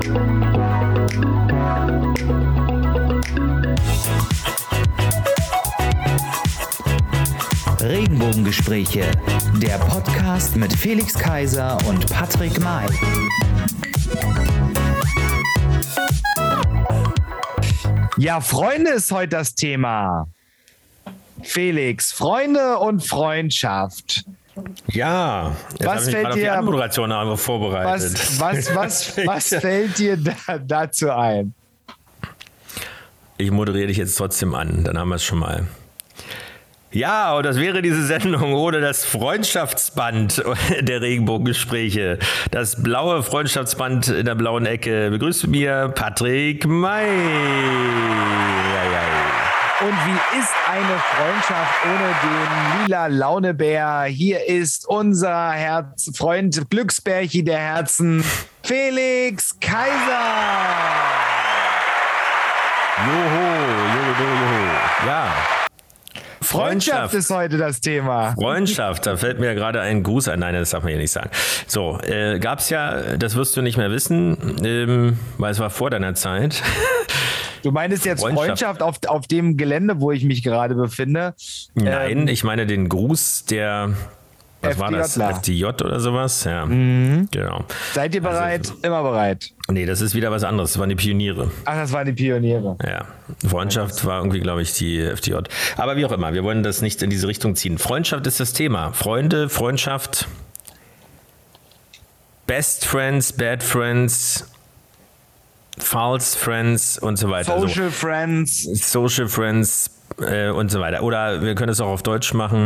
Regenbogengespräche, der Podcast mit Felix Kaiser und Patrick May. Ja, Freunde ist heute das Thema. Felix, Freunde und Freundschaft. Ja, jetzt was fällt dir die Anmoderation vorbereitet. Was fällt dir dazu ein? Ich moderiere dich jetzt trotzdem an, dann haben wir es schon mal. Ja, und das wäre diese Sendung ohne das Freundschaftsband der Regenbogengespräche. Das blaue Freundschaftsband in der blauen Ecke. Begrüßt mir Patrick May. Und wie ist eine Freundschaft ohne den lila Launebär? Hier ist unser Freund Glücksbärchi der Herzen, Felix Kaiser. Joho. Ja. Freundschaft ist heute das Thema. Freundschaft, da fällt mir gerade ein Gruß ein. Nein, das darf man hier nicht sagen. So, gab's ja, das wirst du nicht mehr wissen, weil es war vor deiner Zeit. Du meinst jetzt Freundschaft auf dem Gelände, wo ich mich gerade befinde? Nein, ich meine den Gruß der... Was war das? FDJ oder sowas? Ja, genau. Seid ihr bereit? Also, immer bereit. Nee, das ist wieder was anderes. Das waren die Pioniere. Ach, das waren die Pioniere. Ja, Freundschaft war irgendwie, glaube ich, die FDJ. Aber wie auch immer, wir wollen das nicht in diese Richtung ziehen. Freundschaft ist das Thema. Freunde, Freundschaft, Best Friends, Bad Friends, False Friends und so weiter. Social Friends. Social Friends und so weiter. Oder wir können es auch auf Deutsch machen.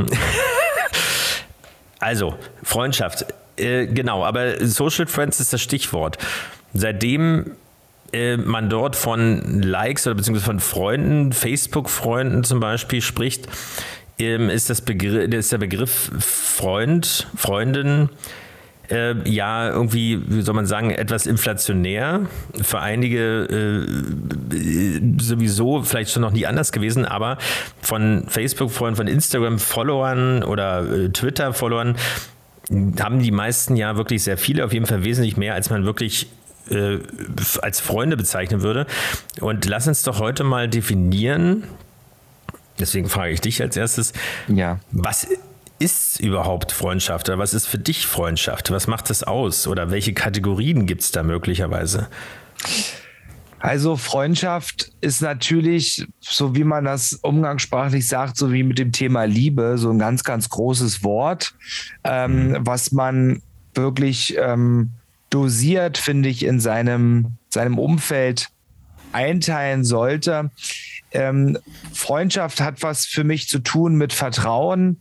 Also, Freundschaft, genau, aber Social Friends ist das Stichwort. Seitdem man dort von Likes oder beziehungsweise von Freunden, Facebook-Freunden zum Beispiel spricht, ist der Begriff Freund, Freundin, ja, irgendwie, wie soll man sagen, etwas inflationär. Für einige sowieso vielleicht schon noch nie anders gewesen, aber von Facebook-Freunden, von Instagram-Followern oder Twitter-Followern haben die meisten ja wirklich sehr viele, auf jeden Fall wesentlich mehr, als man wirklich als Freunde bezeichnen würde. Und lass uns doch heute mal definieren, deswegen frage ich dich als erstes, was ist überhaupt Freundschaft oder was ist für dich Freundschaft? Was macht das aus oder welche Kategorien gibt es da möglicherweise? Also Freundschaft ist natürlich, so wie man das umgangssprachlich sagt, so wie mit dem Thema Liebe, so ein ganz, ganz großes Wort, was man wirklich dosiert, finde ich, in seinem Umfeld einteilen sollte. Freundschaft hat was für mich zu tun mit Vertrauen,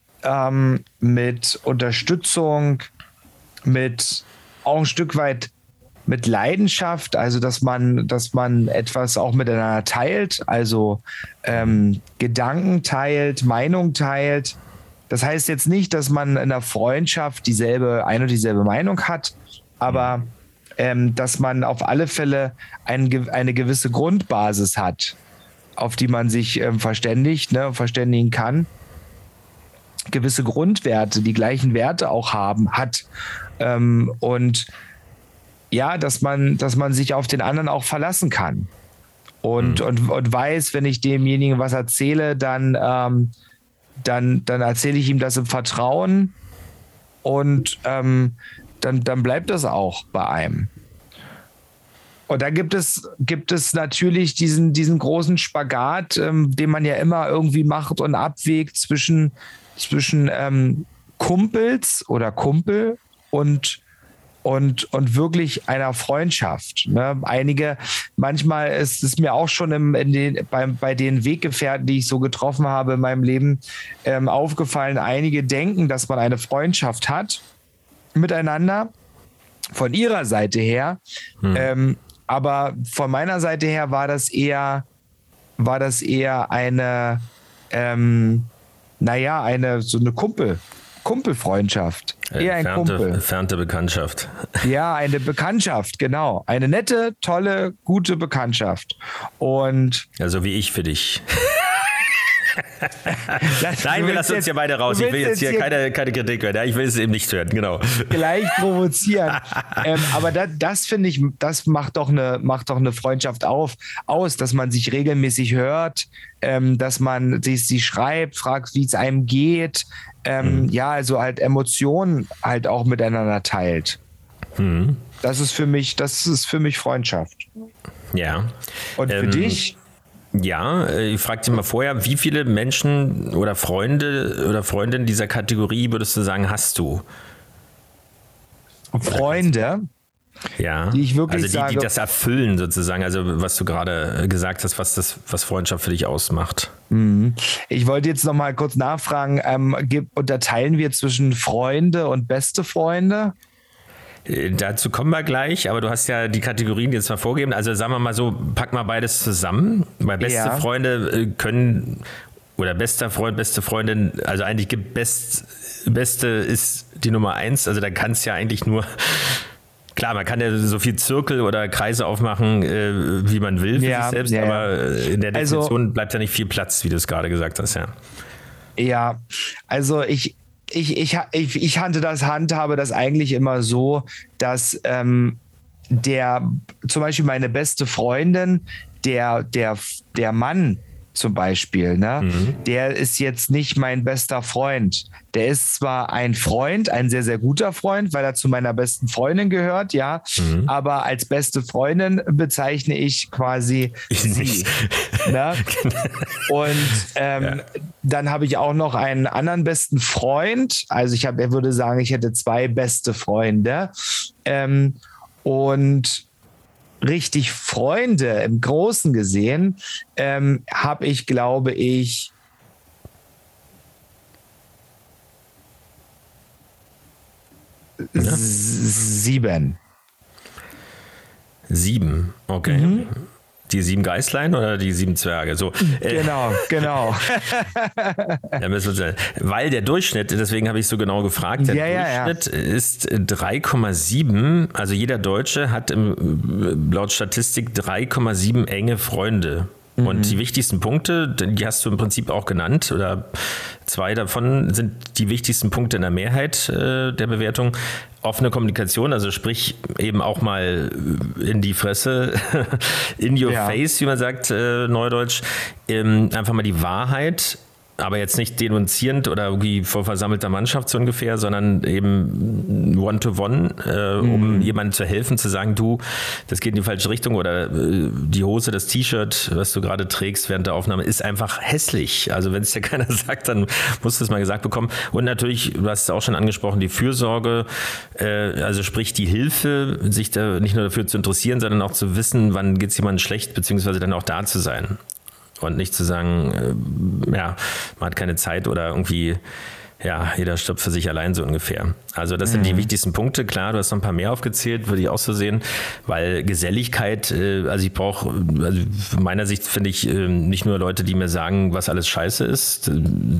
mit Unterstützung, mit auch ein Stück weit mit Leidenschaft, also dass man etwas auch miteinander teilt, also Gedanken teilt, Meinung teilt. Das heißt jetzt nicht, dass man in der Freundschaft ein und dieselbe Meinung hat, aber dass man auf alle Fälle eine gewisse Grundbasis hat, auf die man sich verständigen kann. Gewisse Grundwerte, die gleichen Werte auch hat. Und ja, dass man sich auf den anderen auch verlassen kann. Und weiß, wenn ich demjenigen was erzähle, dann erzähle ich ihm das im Vertrauen und dann bleibt das auch bei einem. Und da gibt es natürlich diesen großen Spagat, den man ja immer irgendwie macht und abwägt zwischen Kumpels oder Kumpel und wirklich einer Freundschaft. Ne? Manchmal ist es mir auch schon bei den Weggefährten, die ich so getroffen habe in meinem Leben, aufgefallen, einige denken, dass man eine Freundschaft hat miteinander, von ihrer Seite her. Aber von meiner Seite her war das eher eine so eine Kumpelfreundschaft. Eher ein Kumpel. Entfernte Bekanntschaft. Ja, eine Bekanntschaft, genau. Eine nette, tolle, gute Bekanntschaft. Und also wie ich für dich. Nein, wir lassen uns hier beide raus. Ich will jetzt hier keine Kritik hören. Ja, ich will es eben nicht hören, genau. Gleich provozieren. Aber das finde ich, das macht doch eine Freundschaft aus, dass man sich regelmäßig hört, dass man sie schreibt, fragt, wie es einem geht. Ja, also halt Emotionen halt auch miteinander teilt. Das ist für mich Freundschaft. Ja. Und für dich? Ja, ich frage dich mal vorher, wie viele Menschen oder Freunde oder Freundinnen dieser Kategorie würdest du sagen, hast du? Freunde? Ja, die ich wirklich also die das erfüllen sozusagen, also was du gerade gesagt hast, was Freundschaft für dich ausmacht. Ich wollte jetzt noch mal kurz nachfragen, unterteilen wir zwischen Freunde und beste Freunde? Dazu kommen wir gleich, aber du hast ja die Kategorien jetzt mal vorgegeben. Also sagen wir mal so, pack mal beides zusammen, weil beste Freunde können, oder bester Freund, beste Freundin, also eigentlich gibt Beste ist die Nummer 1, also da kann es ja eigentlich nur, klar, man kann ja so viel Zirkel oder Kreise aufmachen, wie man will für sich selbst, aber in der Definition bleibt ja nicht viel Platz, wie du es gerade gesagt hast, ja. Ja, also ich handhabe das eigentlich immer so, dass zum Beispiel meine beste Freundin, der Mann zum Beispiel, ne, der ist jetzt nicht mein bester Freund. Der ist zwar ein Freund, ein sehr, sehr guter Freund, weil er zu meiner besten Freundin gehört, ja, aber als beste Freundin bezeichne ich quasi sie. Ne? Und dann habe ich auch noch einen anderen besten Freund. Also er würde sagen, ich hätte 2 beste Freunde. Und richtig Freunde im Großen gesehen habe ich, glaube ich, 7. 7, okay. Die 7 Geißlein oder die 7 Zwerge? So, Genau. Weil der Durchschnitt, deswegen habe ich so genau gefragt, der Durchschnitt ist 3,7. Also jeder Deutsche hat laut Statistik 3,7 enge Freunde. Und die wichtigsten Punkte, die hast du im Prinzip auch genannt, oder 2 davon sind die wichtigsten Punkte in der Mehrheit der Bewertung. Offene Kommunikation, also sprich eben auch mal in die Fresse, in your face, wie man sagt, neudeutsch, einfach mal die Wahrheit, aber jetzt nicht denunzierend oder irgendwie vor versammelter Mannschaft so ungefähr, sondern eben one-to-one, um jemandem zu helfen, zu sagen, du, das geht in die falsche Richtung oder die Hose, das T-Shirt, was du gerade trägst während der Aufnahme, ist einfach hässlich. Also wenn es dir keiner sagt, dann musst du es mal gesagt bekommen. Und natürlich, du hast es auch schon angesprochen, die Fürsorge, also sprich die Hilfe, sich da nicht nur dafür zu interessieren, sondern auch zu wissen, wann geht es jemandem schlecht, beziehungsweise dann auch da zu sein. Und nicht zu sagen, man hat keine Zeit oder irgendwie, jeder stirbt für sich allein so ungefähr. Also das sind die wichtigsten Punkte. Klar, du hast noch ein paar mehr aufgezählt, würde ich auch so sehen, weil Geselligkeit, also von meiner Sicht finde ich nicht nur Leute, die mir sagen, was alles scheiße ist.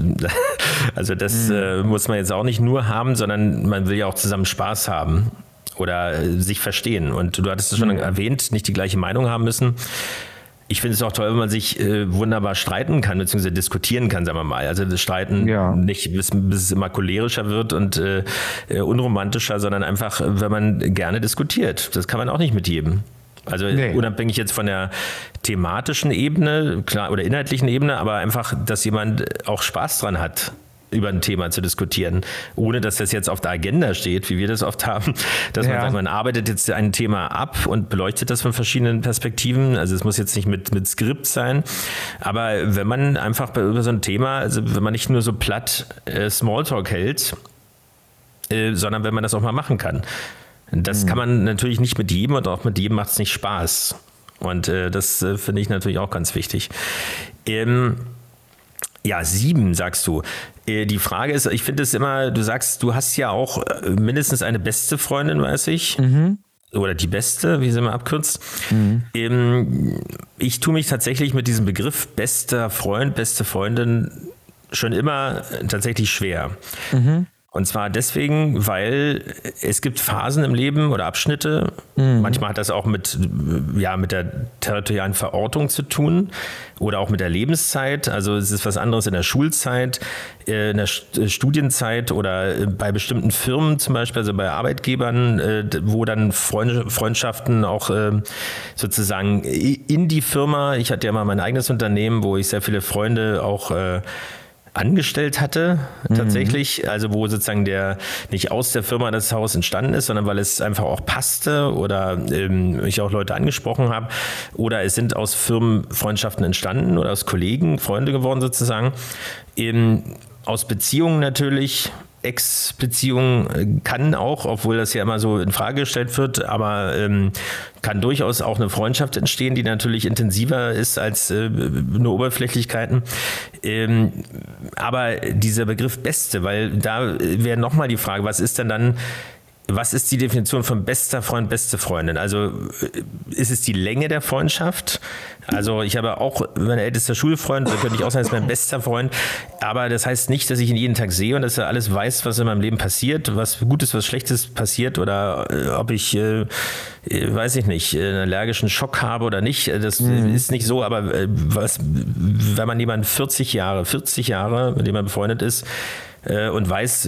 Also das muss man jetzt auch nicht nur haben, sondern man will ja auch zusammen Spaß haben oder sich verstehen. Und du hattest es schon erwähnt, nicht die gleiche Meinung haben müssen. Ich finde es auch toll, wenn man sich wunderbar streiten kann, beziehungsweise diskutieren kann, sagen wir mal. Also das Streiten nicht, bis es immer cholerischer wird und unromantischer, sondern einfach, wenn man gerne diskutiert. Das kann man auch nicht mit jedem. Also unabhängig jetzt von der thematischen Ebene, klar, oder inhaltlichen Ebene, aber einfach, dass jemand auch Spaß dran hat, über ein Thema zu diskutieren, ohne dass das jetzt auf der Agenda steht, wie wir das oft haben, dass man sagt, man arbeitet jetzt ein Thema ab und beleuchtet das von verschiedenen Perspektiven. Also es muss jetzt nicht mit Skript sein, aber wenn man einfach über so ein Thema, also wenn man nicht nur so platt Smalltalk hält, sondern wenn man das auch mal machen kann. Das kann man natürlich nicht mit jedem und auch mit jedem macht es nicht Spaß. Und das finde ich natürlich auch ganz wichtig. 7 sagst du. Die Frage ist, ich finde es immer, du sagst, du hast ja auch mindestens eine beste Freundin, weiß ich. Oder die beste, wie sie mal abkürzt. Ich tue mich tatsächlich mit diesem Begriff bester Freund, beste Freundin schon immer tatsächlich schwer. Und zwar deswegen, weil es gibt Phasen im Leben oder Abschnitte. Manchmal hat das auch mit der territorialen Verortung zu tun oder auch mit der Lebenszeit. Also es ist was anderes in der Schulzeit, in der Studienzeit oder bei bestimmten Firmen zum Beispiel, also bei Arbeitgebern, wo dann Freundschaften auch sozusagen in die Firma. Ich hatte ja mal mein eigenes Unternehmen, wo ich sehr viele Freunde auch angestellt hatte, tatsächlich, also wo sozusagen nicht aus der Firma das Haus entstanden ist, sondern weil es einfach auch passte oder ich auch Leute angesprochen habe oder es sind aus Firmenfreundschaften entstanden oder aus Kollegen, Freunde geworden sozusagen, aus Beziehungen natürlich. Ex-Beziehung kann auch, obwohl das ja immer so in Frage gestellt wird, aber kann durchaus auch eine Freundschaft entstehen, die natürlich intensiver ist als nur Oberflächlichkeiten. Aber dieser Begriff Beste, weil da wäre nochmal die Frage, was ist die Definition von bester Freund, beste Freundin? Also ist es die Länge der Freundschaft? Also ich habe auch mein ältester Schulfreund, da könnte ich auch sagen, ist mein bester Freund. Aber das heißt nicht, dass ich ihn jeden Tag sehe und dass er alles weiß, was in meinem Leben passiert, was Gutes, was Schlechtes passiert oder ob ich, weiß ich nicht, einen allergischen Schock habe oder nicht. Das ist nicht so, aber wenn man jemanden 40 Jahre, mit dem man befreundet ist, und weiß,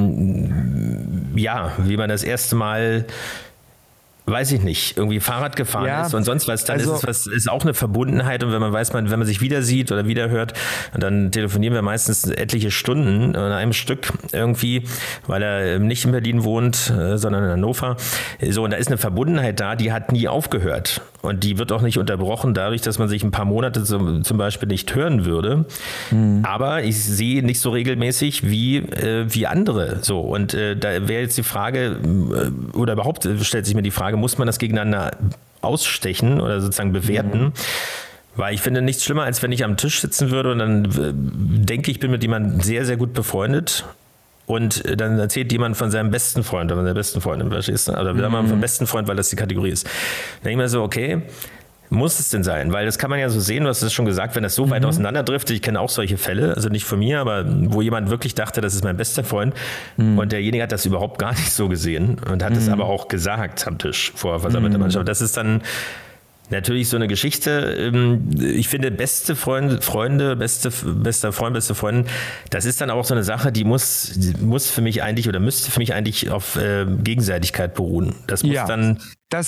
wie man das erste Mal, weiß ich nicht, irgendwie Fahrrad gefahren ist und sonst was, dann ist auch eine Verbundenheit und wenn man weiß, wenn man sich wieder sieht oder wieder hört, dann telefonieren wir meistens etliche Stunden an einem Stück irgendwie, weil er nicht in Berlin wohnt, sondern in Hannover. So, und da ist eine Verbundenheit da, die hat nie aufgehört und die wird auch nicht unterbrochen dadurch, dass man sich ein paar Monate zum Beispiel nicht hören würde. Aber ich sehe nicht so regelmäßig wie andere. So, und da wäre jetzt die Frage, oder überhaupt stellt sich mir die Frage, muss man das gegeneinander ausstechen oder sozusagen bewerten? Weil ich finde nichts schlimmer, als wenn ich am Tisch sitzen würde und dann denke ich bin mit jemandem sehr, sehr gut befreundet und dann erzählt jemand von seinem besten Freund oder von seiner besten Freundin, verstehst du? Oder man vom besten Freund, weil das die Kategorie ist. Dann denke ich mir so, okay, muss es denn sein? Weil das kann man ja so sehen, du hast es schon gesagt, wenn das so weit auseinanderdriftet, ich kenne auch solche Fälle, also nicht von mir, aber wo jemand wirklich dachte, das ist mein bester Freund und derjenige hat das überhaupt gar nicht so gesehen und hat es aber auch gesagt am Tisch vor versammelter Mannschaft. Das ist dann natürlich so eine Geschichte. Ich finde, bester Freund, beste Freundin, das ist dann auch so eine Sache, die muss für mich eigentlich oder müsste für mich eigentlich auf Gegenseitigkeit beruhen. Das muss dann da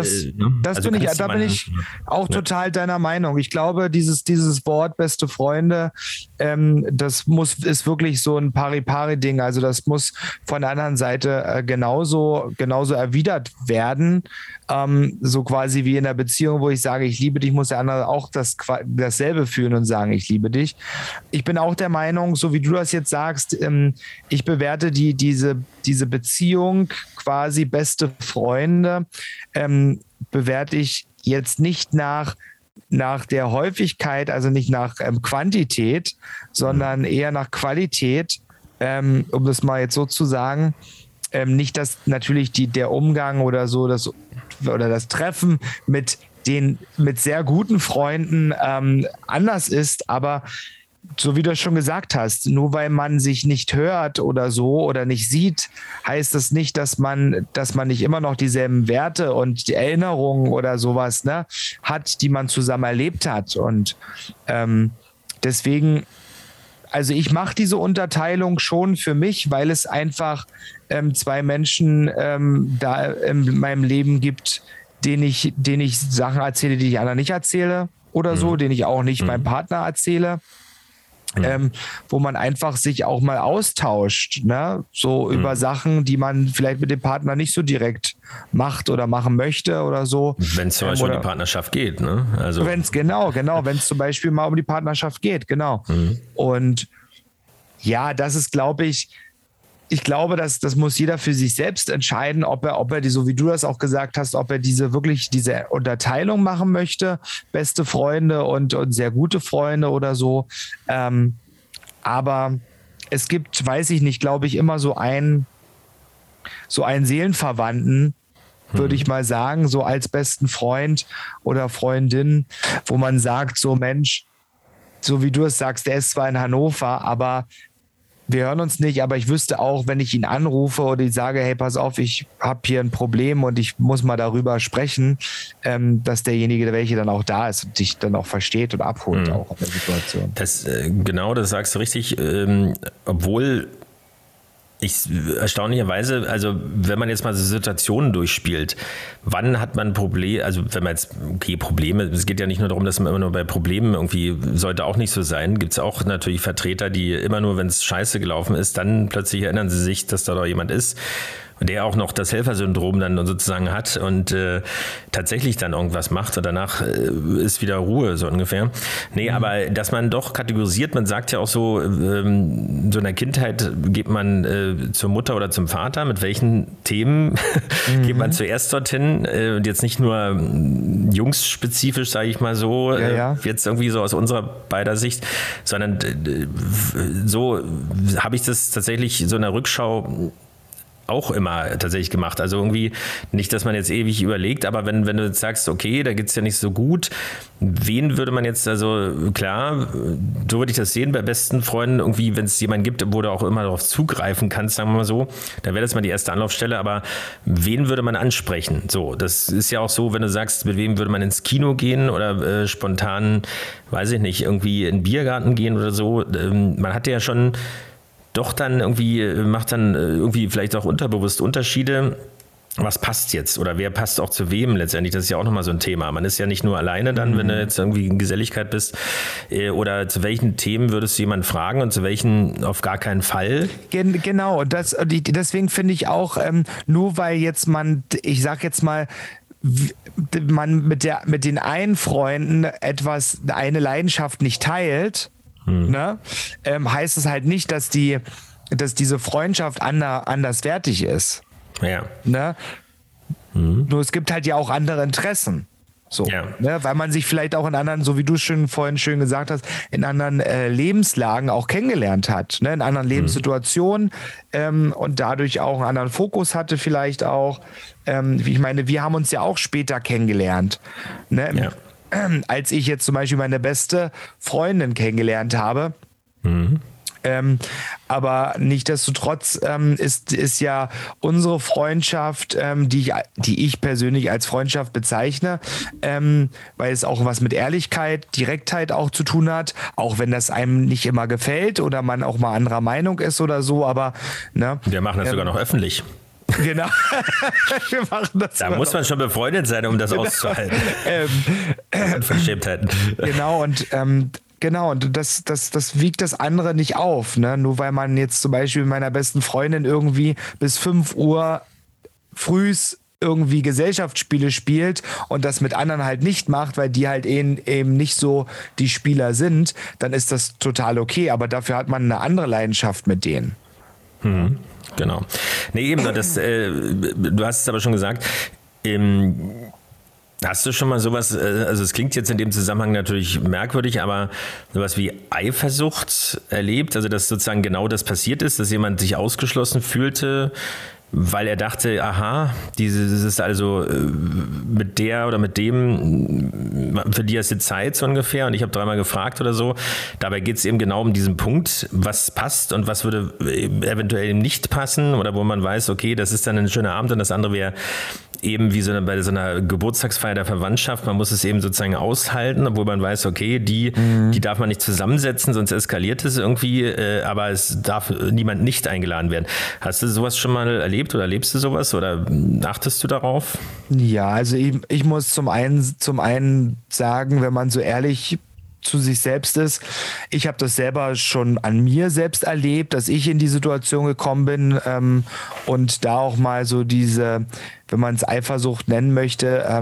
bin ich auch total deiner Meinung. Ich glaube, dieses Wort beste Freunde, ist wirklich so ein Pari-Pari-Ding. Also das muss von der anderen Seite genauso erwidert werden. So quasi wie in der Beziehung, wo ich sage, ich liebe dich, muss der andere auch dasselbe fühlen und sagen, ich liebe dich. Ich bin auch der Meinung, so wie du das jetzt sagst, ich bewerte diese Beziehung quasi beste Freunde, bewerte ich jetzt nicht nach der Häufigkeit, also nicht nach Quantität, sondern eher nach Qualität, um das mal jetzt so zu sagen. Nicht, dass natürlich der Umgang oder so, das Treffen mit sehr guten Freunden anders ist, aber so wie du es schon gesagt hast, nur weil man sich nicht hört oder so oder nicht sieht, heißt das nicht, dass man nicht immer noch dieselben Werte und die Erinnerungen oder sowas hat, die man zusammen erlebt hat. Und deswegen, also ich mache diese Unterteilung schon für mich, weil es einfach zwei Menschen da in meinem Leben gibt, denen ich Sachen erzähle, die ich anderen nicht erzähle oder so, denen ich auch nicht meinem Partner erzähle. Wo man einfach sich auch mal austauscht, so über Sachen, die man vielleicht mit dem Partner nicht so direkt macht oder machen möchte oder so. Wenn es zum Beispiel um die Partnerschaft geht, ne? Also wenn es wenn es zum Beispiel mal um die Partnerschaft geht, genau. Und ja, das ist, glaube ich das muss jeder für sich selbst entscheiden, ob er die, so wie du das auch gesagt hast, ob er diese Unterteilung machen möchte, beste Freunde und sehr gute Freunde oder so. Aber es gibt, weiß ich nicht, glaube ich, immer so einen Seelenverwandten, würde ich mal sagen, so als besten Freund oder Freundin, wo man sagt, so Mensch, so wie du es sagst, der ist zwar in Hannover, aber wir hören uns nicht, aber ich wüsste auch, wenn ich ihn anrufe oder ich sage, hey, pass auf, ich habe hier ein Problem und ich muss mal darüber sprechen, dass derjenige, welche dann auch da ist und dich dann auch versteht und abholt auch in der Situation. Genau, das sagst du richtig, obwohl erstaunlicherweise, also wenn man jetzt mal so Situationen durchspielt, wann hat man Probleme, also wenn man jetzt, Probleme, es geht ja nicht nur darum, dass man immer nur bei Problemen irgendwie, sollte auch nicht so sein, gibt es auch natürlich Vertreter, die immer nur, wenn es scheiße gelaufen ist, dann plötzlich erinnern sie sich, dass da doch jemand ist, der auch noch das Helfersyndrom dann sozusagen hat und tatsächlich dann irgendwas macht und danach ist wieder Ruhe, so ungefähr. Nee, aber dass man doch kategorisiert, man sagt ja auch so, so in der Kindheit geht man zur Mutter oder zum Vater, mit welchen Themen geht man zuerst dorthin und jetzt nicht nur jungsspezifisch, sage ich mal so, jetzt irgendwie so aus unserer beider Sicht, sondern so habe ich das tatsächlich so in der Rückschau auch immer tatsächlich gemacht. Also irgendwie nicht, dass man jetzt ewig überlegt, aber wenn du jetzt sagst, okay, da geht's ja nicht so gut, wen würde man jetzt, also klar, so würde ich das sehen bei besten Freunden, irgendwie, wenn es jemanden gibt, wo du auch immer darauf zugreifen kannst, sagen wir mal so, dann wäre das mal die erste Anlaufstelle, aber wen würde man ansprechen? So, das ist ja auch so, wenn du sagst, mit wem würde man ins Kino gehen oder spontan, weiß ich nicht, irgendwie in den Biergarten gehen oder so, man hat ja schon doch dann irgendwie, macht dann irgendwie vielleicht auch unterbewusst Unterschiede. Was passt jetzt oder wer passt auch zu wem letztendlich? Das ist ja auch nochmal so ein Thema. Man ist ja nicht nur alleine dann, wenn du jetzt irgendwie in Geselligkeit bist. Oder zu welchen Themen würdest du jemanden fragen und zu welchen auf gar keinen Fall? Genau, deswegen finde ich auch, nur weil jetzt ich sag jetzt mal, man mit den einen Freunden eine Leidenschaft nicht teilt, ne, heißt es halt nicht, dass diese Freundschaft anderswertig ist. Ja. Ne? Nur es gibt halt ja auch andere Interessen. So, ne? Weil man sich vielleicht auch in anderen, so wie du vorhin schön gesagt hast, in anderen Lebenslagen auch kennengelernt hat, ne? In anderen Lebenssituationen und dadurch auch einen anderen Fokus hatte vielleicht auch. Ich meine, wir haben uns ja auch später kennengelernt. Ne? Ja. Als ich jetzt zum Beispiel meine beste Freundin kennengelernt habe. Aber nichtsdestotrotz ist ja unsere Freundschaft, die ich persönlich als Freundschaft bezeichne, weil es auch was mit Ehrlichkeit, Direktheit auch zu tun hat, auch wenn das einem nicht immer gefällt oder man auch mal anderer Meinung ist oder so, aber ne, wir machen das sogar noch öffentlich. Genau. Wir machen das da muss man schon befreundet sein, um das auszuhalten. Unverschämtheiten. Genau, und das wiegt das andere nicht auf, ne? Nur weil man jetzt zum Beispiel mit meiner besten Freundin irgendwie bis 5 Uhr frühs irgendwie Gesellschaftsspiele spielt und das mit anderen halt nicht macht, weil die halt eben nicht so die Spieler sind, dann ist das total okay, aber dafür hat man eine andere Leidenschaft mit denen. Genau. Nee, eben, du hast es aber schon gesagt, hast du schon mal sowas, also es klingt jetzt in dem Zusammenhang natürlich merkwürdig, aber sowas wie Eifersucht erlebt, also dass sozusagen genau das passiert ist, dass jemand sich ausgeschlossen fühlte, weil er dachte, aha, das ist also mit der oder mit dem, für die ist die Zeit so ungefähr und ich habe 3-mal gefragt oder so. Dabei geht es eben genau um diesen Punkt, was passt und was würde eventuell nicht passen oder wo man weiß, okay, das ist dann ein schöner Abend und das andere wäre eben wie bei so einer Geburtstagsfeier der Verwandtschaft, man muss es eben sozusagen aushalten, obwohl man weiß, okay, die darf man nicht zusammensetzen, sonst eskaliert es irgendwie, aber es darf niemand nicht eingeladen werden. Hast du sowas schon mal erlebt oder erlebst du sowas oder achtest du darauf? Ja, also ich muss zum einen sagen, wenn man so ehrlich zu sich selbst ist. Ich habe das selber schon an mir selbst erlebt, dass ich in die Situation gekommen bin und da auch mal so diese, wenn man es Eifersucht nennen möchte,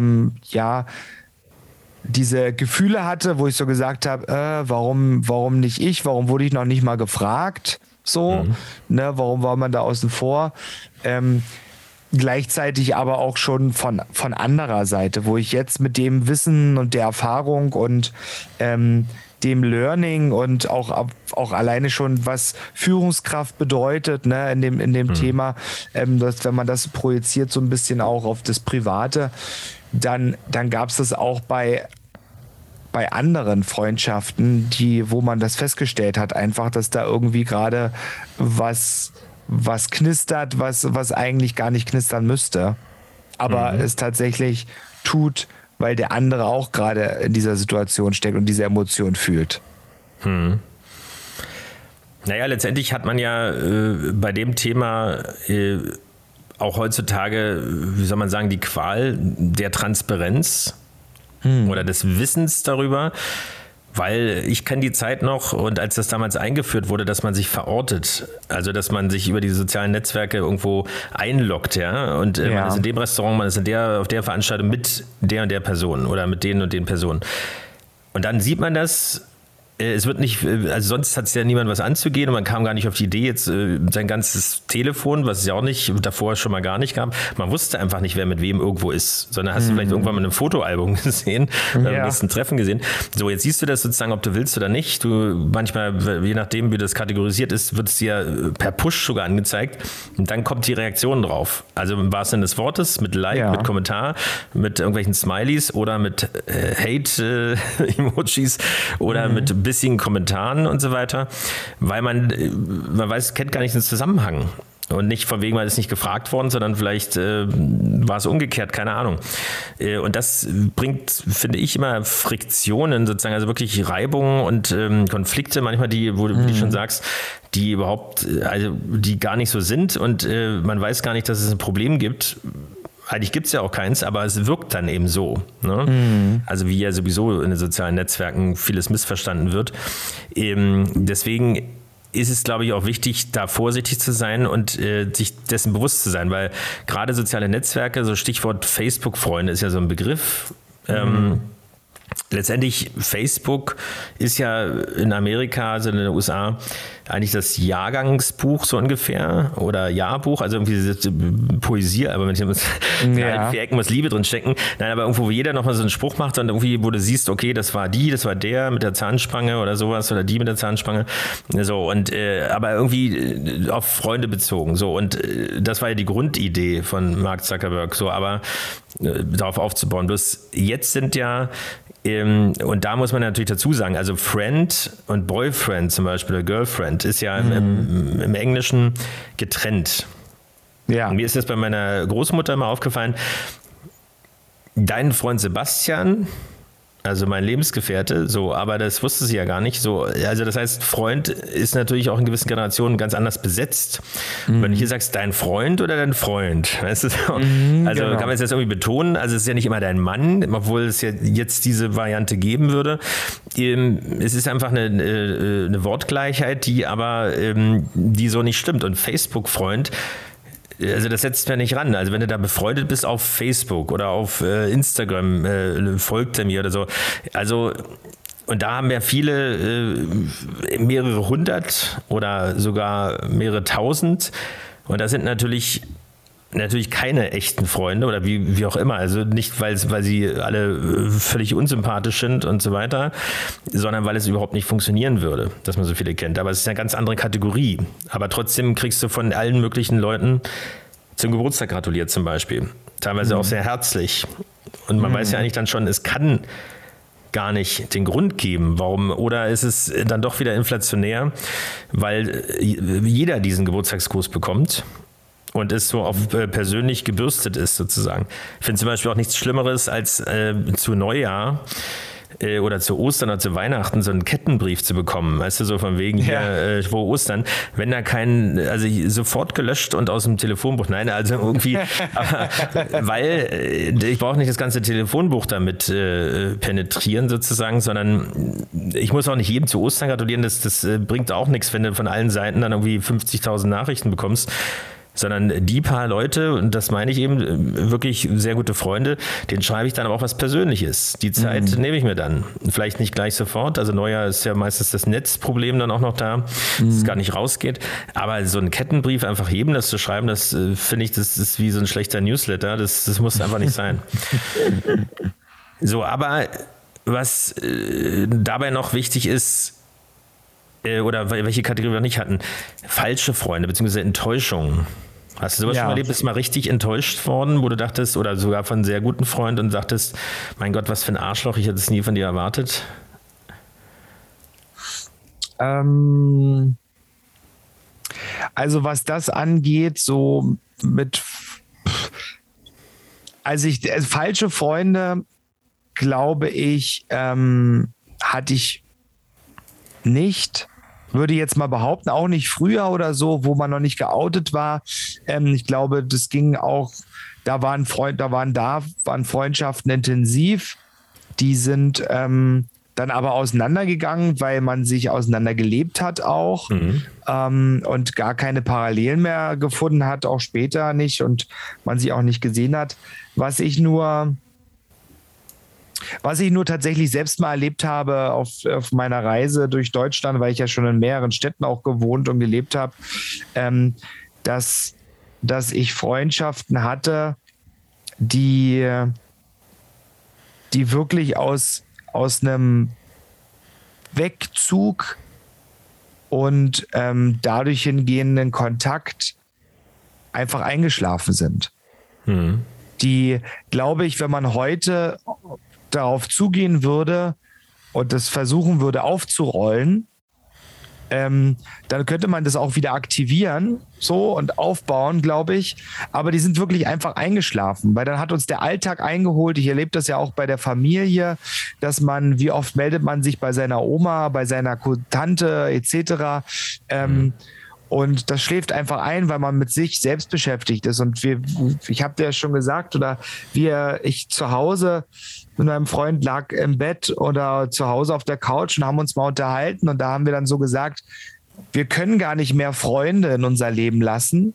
diese Gefühle hatte, wo ich so gesagt habe, warum nicht ich? Warum wurde ich noch nicht mal gefragt? So, ne, warum war man da außen vor? Gleichzeitig aber auch schon von anderer Seite, wo ich jetzt mit dem Wissen und der Erfahrung und dem Learning und auch alleine schon, was Führungskraft bedeutet, ne, in dem Thema, dass, wenn man das projiziert so ein bisschen auch auf das Private, dann gab es das auch bei bei anderen Freundschaften, wo man das festgestellt hat, einfach, dass da irgendwie gerade was knistert, was eigentlich gar nicht knistern müsste, aber es tatsächlich tut, weil der andere auch gerade in dieser Situation steckt und diese Emotion fühlt. Naja, letztendlich hat man ja bei dem Thema auch heutzutage, wie soll man sagen, die Qual der Transparenz oder des Wissens darüber, weil ich kenne die Zeit noch und als das damals eingeführt wurde, dass man sich verortet, also dass man sich über die sozialen Netzwerke irgendwo einloggt, ja, und man ist in dem Restaurant, man ist auf der Veranstaltung mit der und der Person oder mit den und den Personen. Und dann sieht man das. Es wird nicht, also sonst hat es ja niemand was anzugehen und man kam gar nicht auf die Idee, jetzt sein ganzes Telefon, was es ja auch nicht, davor schon mal gar nicht gab, man wusste einfach nicht, wer mit wem irgendwo ist, sondern hast du vielleicht irgendwann mal ein Fotoalbum gesehen, beim nächsten Treffen gesehen. So, jetzt siehst du das sozusagen, ob du willst oder nicht. Du manchmal, je nachdem, wie das kategorisiert ist, wird es dir per Push sogar angezeigt und dann kommt die Reaktion drauf. Also im wahrsten Sinne des Wortes, mit Like, mit Kommentar, mit irgendwelchen Smileys oder mit Hate-Emojis oder mit bisschen Kommentaren und so weiter, weil man weiß, kennt gar nicht den Zusammenhang. Und nicht von wegen, weil es nicht gefragt worden, sondern vielleicht war es umgekehrt, keine Ahnung. Und das bringt, finde ich, immer Friktionen, sozusagen, also wirklich Reibungen und Konflikte, manchmal die, wo du schon sagst, die überhaupt, also die gar nicht so sind und man weiß gar nicht, dass es ein Problem gibt. Eigentlich gibt es ja auch keins, aber es wirkt dann eben so. Ne? Also wie ja sowieso in den sozialen Netzwerken vieles missverstanden wird. Deswegen ist es, glaube ich, auch wichtig, da vorsichtig zu sein und sich dessen bewusst zu sein, weil gerade soziale Netzwerke, so Stichwort Facebook-Freunde ist ja so ein Begriff. Letztendlich, Facebook ist ja in Amerika, also in den USA, eigentlich das Jahrgangsbuch so ungefähr oder Jahrbuch, also irgendwie diese Poesie, aber wenn ich muss, in 4 Ecken muss Liebe drin stecken. Nein, aber irgendwo, wo jeder nochmal so einen Spruch macht und irgendwie, wo du siehst, okay, das war der mit der Zahnspange oder sowas oder die mit der Zahnspange. So, und aber irgendwie auf Freunde bezogen. So, und das war ja die Grundidee von Mark Zuckerberg, so, aber darauf aufzubauen. Bloß jetzt sind ja und da muss man natürlich dazu sagen, also Friend und Boyfriend zum Beispiel oder Girlfriend ist ja im Englischen getrennt. Ja. Und mir ist das bei meiner Großmutter immer aufgefallen, dein Freund Sebastian, also mein Lebensgefährte, so, aber das wusste sie ja gar nicht. So, also das heißt, Freund ist natürlich auch in gewissen Generationen ganz anders besetzt. Wenn du hier sagst, dein Freund oder dein Freund, weißt du? Also kann man es jetzt irgendwie betonen, also es ist ja nicht immer dein Mann, obwohl es ja jetzt diese Variante geben würde. Es ist einfach eine Wortgleichheit, die aber die so nicht stimmt. Und Facebook-Freund, also das setzt mir nicht ran. Also wenn du da befreundet bist auf Facebook oder auf Instagram, folgt er mir oder so. Also und da haben ja viele mehrere hundert oder sogar mehrere tausend. Und das sind natürlich keine echten Freunde oder wie auch immer. Also nicht, weil sie alle völlig unsympathisch sind und so weiter, sondern weil es überhaupt nicht funktionieren würde, dass man so viele kennt. Aber es ist eine ganz andere Kategorie. Aber trotzdem kriegst du von allen möglichen Leuten zum Geburtstag gratuliert zum Beispiel. Teilweise auch sehr herzlich. Und man weiß ja eigentlich dann schon, es kann gar nicht den Grund geben, warum, oder ist es dann doch wieder inflationär, weil jeder diesen Geburtstagsgruß bekommt und es so auf persönlich gebürstet ist sozusagen. Ich finde zum Beispiel auch nichts Schlimmeres als zu Neujahr oder zu Ostern oder zu Weihnachten so einen Kettenbrief zu bekommen, weißt du, so von wegen hier, frohe Ostern, wenn da also sofort gelöscht und aus dem Telefonbuch, nein, also irgendwie, aber, weil ich brauche nicht das ganze Telefonbuch damit penetrieren sozusagen, sondern ich muss auch nicht jedem zu Ostern gratulieren, das bringt auch nichts, wenn du von allen Seiten dann irgendwie 50.000 Nachrichten bekommst, sondern die paar Leute, und das meine ich eben, wirklich sehr gute Freunde, denen schreibe ich dann aber auch was Persönliches. Die Zeit nehme ich mir dann. Vielleicht nicht gleich sofort, also Neujahr ist ja meistens das Netzproblem dann auch noch da, dass es gar nicht rausgeht, aber so einen Kettenbrief einfach jedem das zu schreiben, das finde ich, das ist wie so ein schlechter Newsletter, das muss einfach nicht sein. So, aber was dabei noch wichtig ist, oder welche Kategorie wir nicht hatten, falsche Freunde, beziehungsweise Enttäuschungen. Hast du sowas schon mal erlebt, bist du mal richtig enttäuscht worden, wo du dachtest, oder sogar von einem sehr guten Freund und sagtest, mein Gott, was für ein Arschloch, ich hätte es nie von dir erwartet? Also was das angeht, so mit, falsche Freunde, glaube ich, hatte ich nicht. Würde jetzt mal behaupten, auch nicht früher oder so, wo man noch nicht geoutet war. Ich glaube, das ging auch, waren Freundschaften intensiv. Die sind dann aber auseinandergegangen, weil man sich auseinandergelebt hat auch und gar keine Parallelen mehr gefunden hat, auch später nicht und man sie auch nicht gesehen hat. Was ich nur tatsächlich selbst mal erlebt habe auf meiner Reise durch Deutschland, weil ich ja schon in mehreren Städten auch gewohnt und gelebt habe, dass ich Freundschaften hatte, die wirklich aus einem Wegzug und dadurch hingehenden Kontakt einfach eingeschlafen sind. Die, glaube ich, wenn man heute darauf zugehen würde und das versuchen würde aufzurollen, dann könnte man das auch wieder aktivieren so und aufbauen, glaube ich. Aber die sind wirklich einfach eingeschlafen, weil dann hat uns der Alltag eingeholt. Ich erlebe das ja auch bei der Familie, dass man, wie oft meldet man sich bei seiner Oma, bei seiner Tante etc. Und das schläft einfach ein, weil man mit sich selbst beschäftigt ist. Und ich habe dir ja schon gesagt, ich zu Hause mit meinem Freund lag im Bett oder zu Hause auf der Couch und haben uns mal unterhalten. Und da haben wir dann so gesagt, wir können gar nicht mehr Freunde in unser Leben lassen,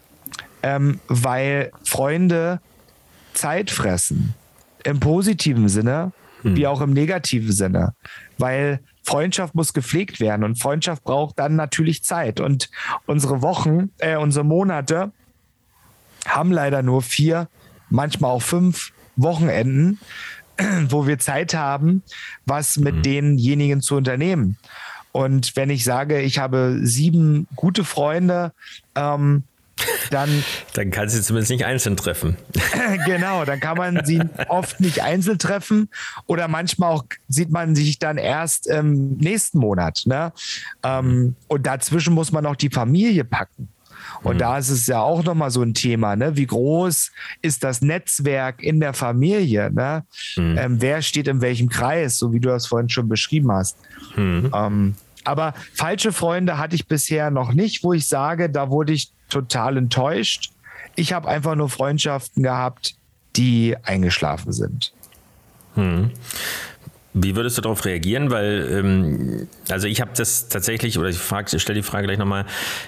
weil Freunde Zeit fressen. Im positiven Sinne, wie auch im negativen Sinne. Weil Freundschaft muss gepflegt werden und Freundschaft braucht dann natürlich Zeit. Und unsere Monate haben leider nur 4, manchmal auch 5 Wochenenden, wo wir Zeit haben, was mit denjenigen zu unternehmen. Und wenn ich sage, ich habe 7 gute Freunde, dann kannst du sie zumindest nicht einzeln treffen. Genau, dann kann man sie oft nicht einzeln treffen oder manchmal auch sieht man sich dann erst im nächsten Monat. Ne? Und dazwischen muss man noch die Familie packen. Und da ist es ja auch nochmal so ein Thema, ne? Wie groß ist das Netzwerk in der Familie? Ne? Wer steht in welchem Kreis, so wie du das vorhin schon beschrieben hast. Aber falsche Freunde hatte ich bisher noch nicht, wo ich sage, da wurde ich total enttäuscht. Ich habe einfach nur Freundschaften gehabt, die eingeschlafen sind. Wie würdest du darauf reagieren? Weil, also ich habe das tatsächlich, oder ich stelle die Frage gleich nochmal,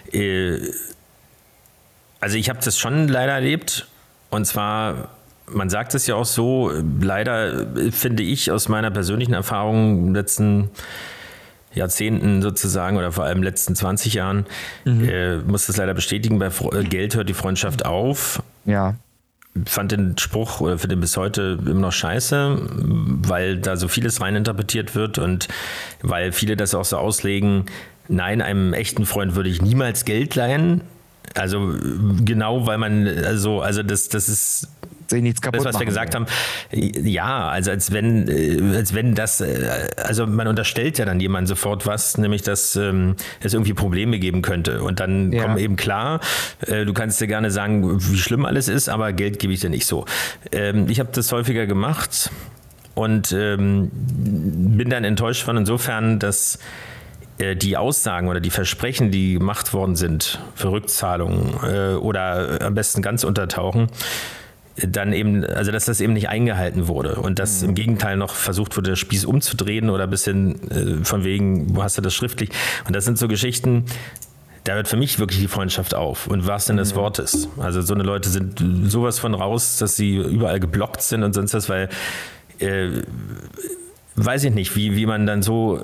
also ich habe das schon leider erlebt. Und zwar, man sagt es ja auch so, leider finde ich aus meiner persönlichen Erfahrung in den letzten Jahrzehnten sozusagen oder vor allem letzten 20 Jahren, muss das leider bestätigen, bei Geld hört die Freundschaft auf. Ja. Fand den Spruch oder finde den bis heute immer noch scheiße, weil da so vieles reininterpretiert wird und weil viele das auch so auslegen, nein, einem echten Freund würde ich niemals Geld leihen. Also genau, weil man, also das ist nichts kaputt das, was wir gesagt haben, ja, also als wenn das, also man unterstellt ja dann jemandem sofort was, nämlich dass es irgendwie Probleme geben könnte und dann kommen eben klar, du kannst dir gerne sagen, wie schlimm alles ist, aber Geld gebe ich dir nicht so. Ich habe das häufiger gemacht und bin dann enttäuscht von insofern, dass die Aussagen oder die Versprechen, die gemacht worden sind für Rückzahlungen oder am besten ganz untertauchen, dann eben, also dass das eben nicht eingehalten wurde und dass im Gegenteil noch versucht wurde, der Spieß umzudrehen oder ein bisschen von wegen, wo hast du das schriftlich? Und das sind so Geschichten, da hört für mich wirklich die Freundschaft auf und was denn des Wortes. Also so eine Leute sind sowas von raus, dass sie überall geblockt sind und sonst was, weil weiß ich nicht, wie man dann so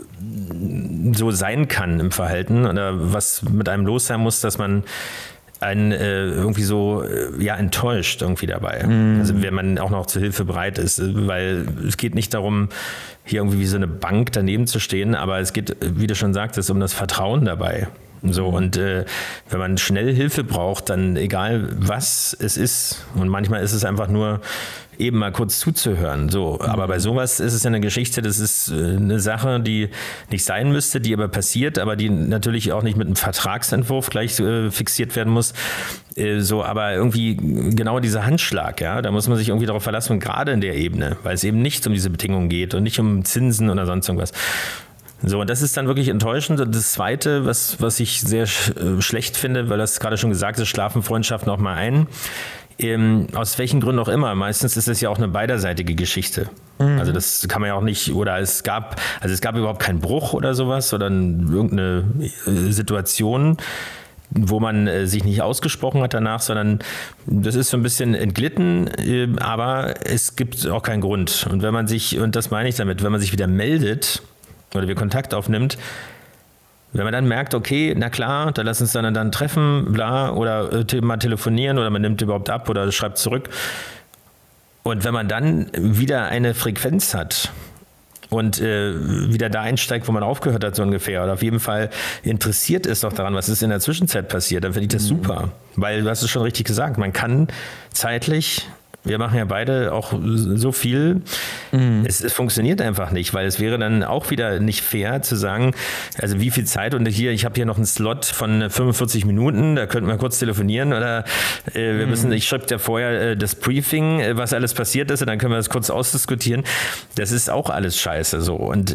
sein kann im Verhalten oder was mit einem los sein muss, dass man einen irgendwie so enttäuscht irgendwie dabei. Also wenn man auch noch zur Hilfe bereit ist, weil es geht nicht darum, hier irgendwie wie so eine Bank daneben zu stehen, aber es geht, wie du schon sagtest, um das Vertrauen dabei. So, und wenn man schnell Hilfe braucht, dann egal was es ist, und manchmal ist es einfach nur eben mal kurz zuzuhören. So, aber bei sowas ist es ja eine Geschichte, das ist eine Sache, die nicht sein müsste, die aber passiert, aber die natürlich auch nicht mit einem Vertragsentwurf gleich fixiert werden muss. So, aber irgendwie genau dieser Handschlag, ja, da muss man sich irgendwie darauf verlassen, gerade in der Ebene, weil es eben nicht um diese Bedingungen geht und nicht um Zinsen oder sonst irgendwas. So, und das ist dann wirklich enttäuschend. Und das Zweite, was ich sehr schlecht finde, weil das gerade schon gesagt ist, schlafen Freundschaften auch mal ein. Aus welchen Gründen auch immer. Meistens ist es ja auch eine beiderseitige Geschichte. Also das kann man ja auch nicht, oder es gab überhaupt keinen Bruch oder sowas oder irgendeine Situation, wo man sich nicht ausgesprochen hat danach, sondern das ist so ein bisschen entglitten, aber es gibt auch keinen Grund. Und wenn man sich, und das meine ich damit, wenn man sich wieder meldet, oder wir Kontakt aufnimmt, wenn man dann merkt, okay, na klar, da lass uns dann treffen, bla, oder mal telefonieren oder man nimmt überhaupt ab oder schreibt zurück. Und wenn man dann wieder eine Frequenz hat und wieder da einsteigt, wo man aufgehört hat, so ungefähr, oder auf jeden Fall interessiert ist doch daran, was ist in der Zwischenzeit passiert, dann finde ich das super. Weil du hast es schon richtig gesagt, man kann zeitlich, wir machen ja beide auch so viel. Es funktioniert einfach nicht, weil es wäre dann auch wieder nicht fair zu sagen, also wie viel Zeit und ich habe hier noch einen Slot von 45 Minuten, da könnten wir kurz telefonieren oder ich schreibe ja vorher das Briefing, was alles passiert ist und dann können wir das kurz ausdiskutieren. Das ist auch alles scheiße so. Und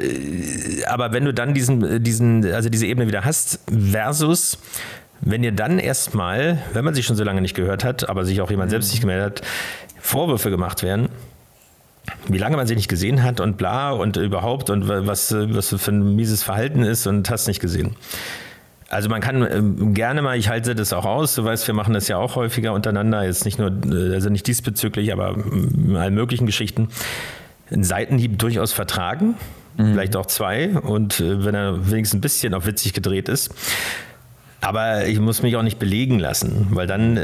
aber wenn du dann diese Ebene wieder hast versus wenn ihr dann erstmal, wenn man sich schon so lange nicht gehört hat, aber sich auch jemand selbst nicht gemeldet hat, Vorwürfe gemacht werden, wie lange man sich nicht gesehen hat und bla und überhaupt und was für ein mieses Verhalten ist und hast nicht gesehen. Also man kann gerne mal, ich halte das auch aus, du weißt, wir machen das ja auch häufiger untereinander, jetzt nicht nur, also nicht diesbezüglich, aber in allen möglichen Geschichten, einen Seitenhieb durchaus vertragen, vielleicht auch 2 und wenn er wenigstens ein bisschen auf witzig gedreht ist. Aber ich muss mich auch nicht belegen lassen, weil dann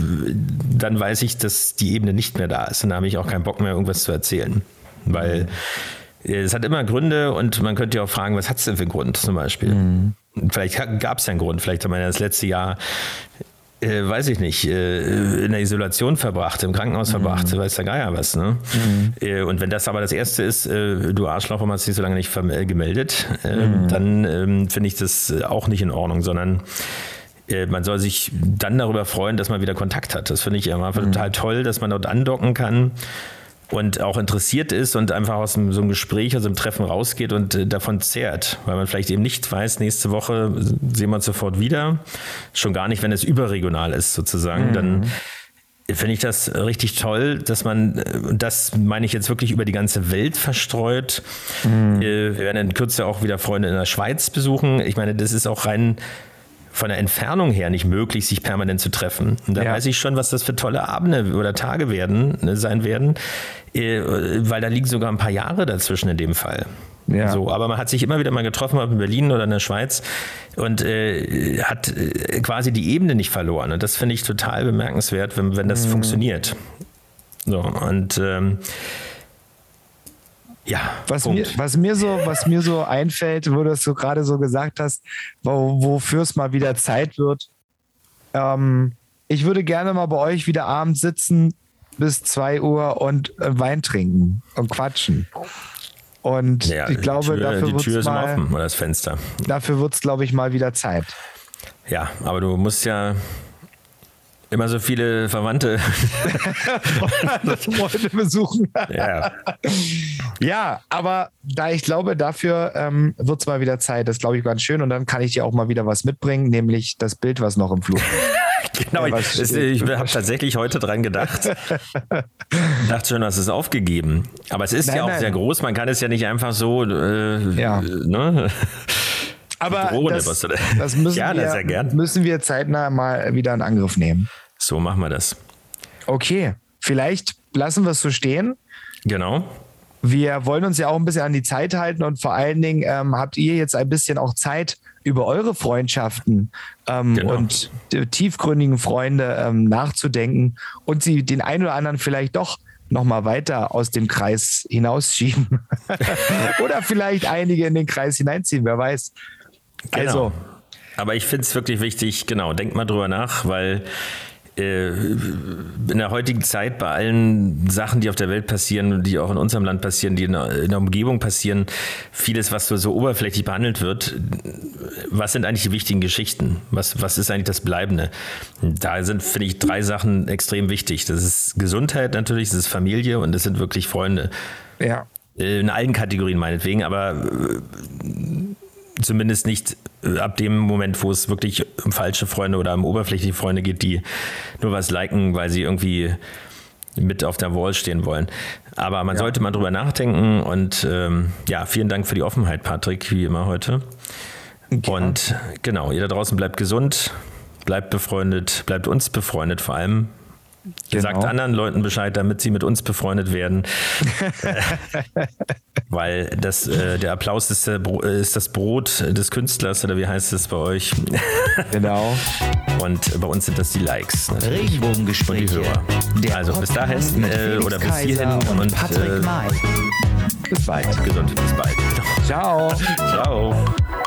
weiß ich, dass die Ebene nicht mehr da ist. Und da habe ich auch keinen Bock mehr, irgendwas zu erzählen. Weil es hat immer Gründe und man könnte ja auch fragen, was hat es denn für einen Grund zum Beispiel? Vielleicht gab es ja einen Grund. Vielleicht hat man ja das letzte Jahr, weiß ich nicht, in der Isolation verbracht, im Krankenhaus verbracht, weiß der Geier was. Ne? Und wenn das aber das Erste ist, du Arschloch, warum hast du dich so lange nicht gemeldet, dann finde ich das auch nicht in Ordnung, sondern man soll sich dann darüber freuen, dass man wieder Kontakt hat. Das finde ich einfach total toll, dass man dort andocken kann und auch interessiert ist und einfach aus so einem Gespräch, aus einem Treffen rausgeht und davon zehrt, weil man vielleicht eben nicht weiß, nächste Woche sehen wir uns sofort wieder, schon gar nicht, wenn es überregional ist sozusagen, dann finde ich das richtig toll, dass man, das meine ich jetzt wirklich über die ganze Welt verstreut, wir werden in Kürze auch wieder Freunde in der Schweiz besuchen, ich meine, das ist auch rein von der Entfernung her nicht möglich, sich permanent zu treffen. Und da weiß ich schon, was das für tolle Abende oder Tage sein werden, weil da liegen sogar ein paar Jahre dazwischen in dem Fall. Ja. So, aber man hat sich immer wieder mal getroffen, ob in Berlin oder in der Schweiz und hat quasi die Ebene nicht verloren. Und das finde ich total bemerkenswert, wenn das funktioniert. So, und ja, was mir so einfällt, wo du es so gerade so gesagt hast, wofür es mal wieder Zeit wird. Ich würde gerne mal bei euch wieder abends sitzen bis 2 Uhr und Wein trinken und quatschen. Und ja, ich glaube, die Tür ist mal offen oder das Fenster. Dafür wird es, glaube ich, mal wieder Zeit. Ja, aber du musst ja immer so viele Verwandte Freunde besuchen. Ja. Ja, aber ich glaube, dafür wird es mal wieder Zeit. Das glaube ich ganz schön. Und dann kann ich dir auch mal wieder was mitbringen, nämlich das Bild, was noch im Flur ist. Genau, ich habe tatsächlich heute dran gedacht. Dachte schon, das ist aufgegeben. Aber es ist auch sehr groß. Man kann es ja nicht einfach so. Ne? Aber das müssen wir zeitnah mal wieder in Angriff nehmen. So machen wir das. Okay, vielleicht lassen wir es so stehen. Genau. Wir wollen uns ja auch ein bisschen an die Zeit halten und vor allen Dingen habt ihr jetzt ein bisschen auch Zeit, über eure Freundschaften und tiefgründigen Freunde nachzudenken und sie den einen oder anderen vielleicht doch nochmal weiter aus dem Kreis hinausschieben. Oder vielleicht einige in den Kreis hineinziehen, wer weiß. Genau. Also, Aber ich finde es wirklich wichtig, genau, denkt mal drüber nach, weil in der heutigen Zeit bei allen Sachen, die auf der Welt passieren, die auch in unserem Land passieren, die in der Umgebung passieren, vieles, was so oberflächlich behandelt wird, was sind eigentlich die wichtigen Geschichten? Was ist eigentlich das Bleibende? Da sind, finde ich, 3 Sachen extrem wichtig. Das ist Gesundheit natürlich, das ist Familie und das sind wirklich Freunde. Ja. In allen Kategorien meinetwegen, aber zumindest nicht ab dem Moment, wo es wirklich um falsche Freunde oder um oberflächliche Freunde geht, die nur was liken, weil sie irgendwie mit auf der Wall stehen wollen. Aber man sollte mal drüber nachdenken und vielen Dank für die Offenheit, Patrick, wie immer heute. Okay. Und genau, ihr da draußen bleibt gesund, bleibt befreundet, bleibt uns befreundet vor allem. Genau. Sagt anderen Leuten Bescheid, damit sie mit uns befreundet werden. Weil der Applaus ist das Brot des Künstlers, oder wie heißt es bei euch? Genau. Und bei uns sind das die Likes. Regenbogengespräche. Und die Hörer. Also bis dahin oder bis hierhin und Patrick May. Bis bald. Gesund, bis bald. Ciao. Ciao.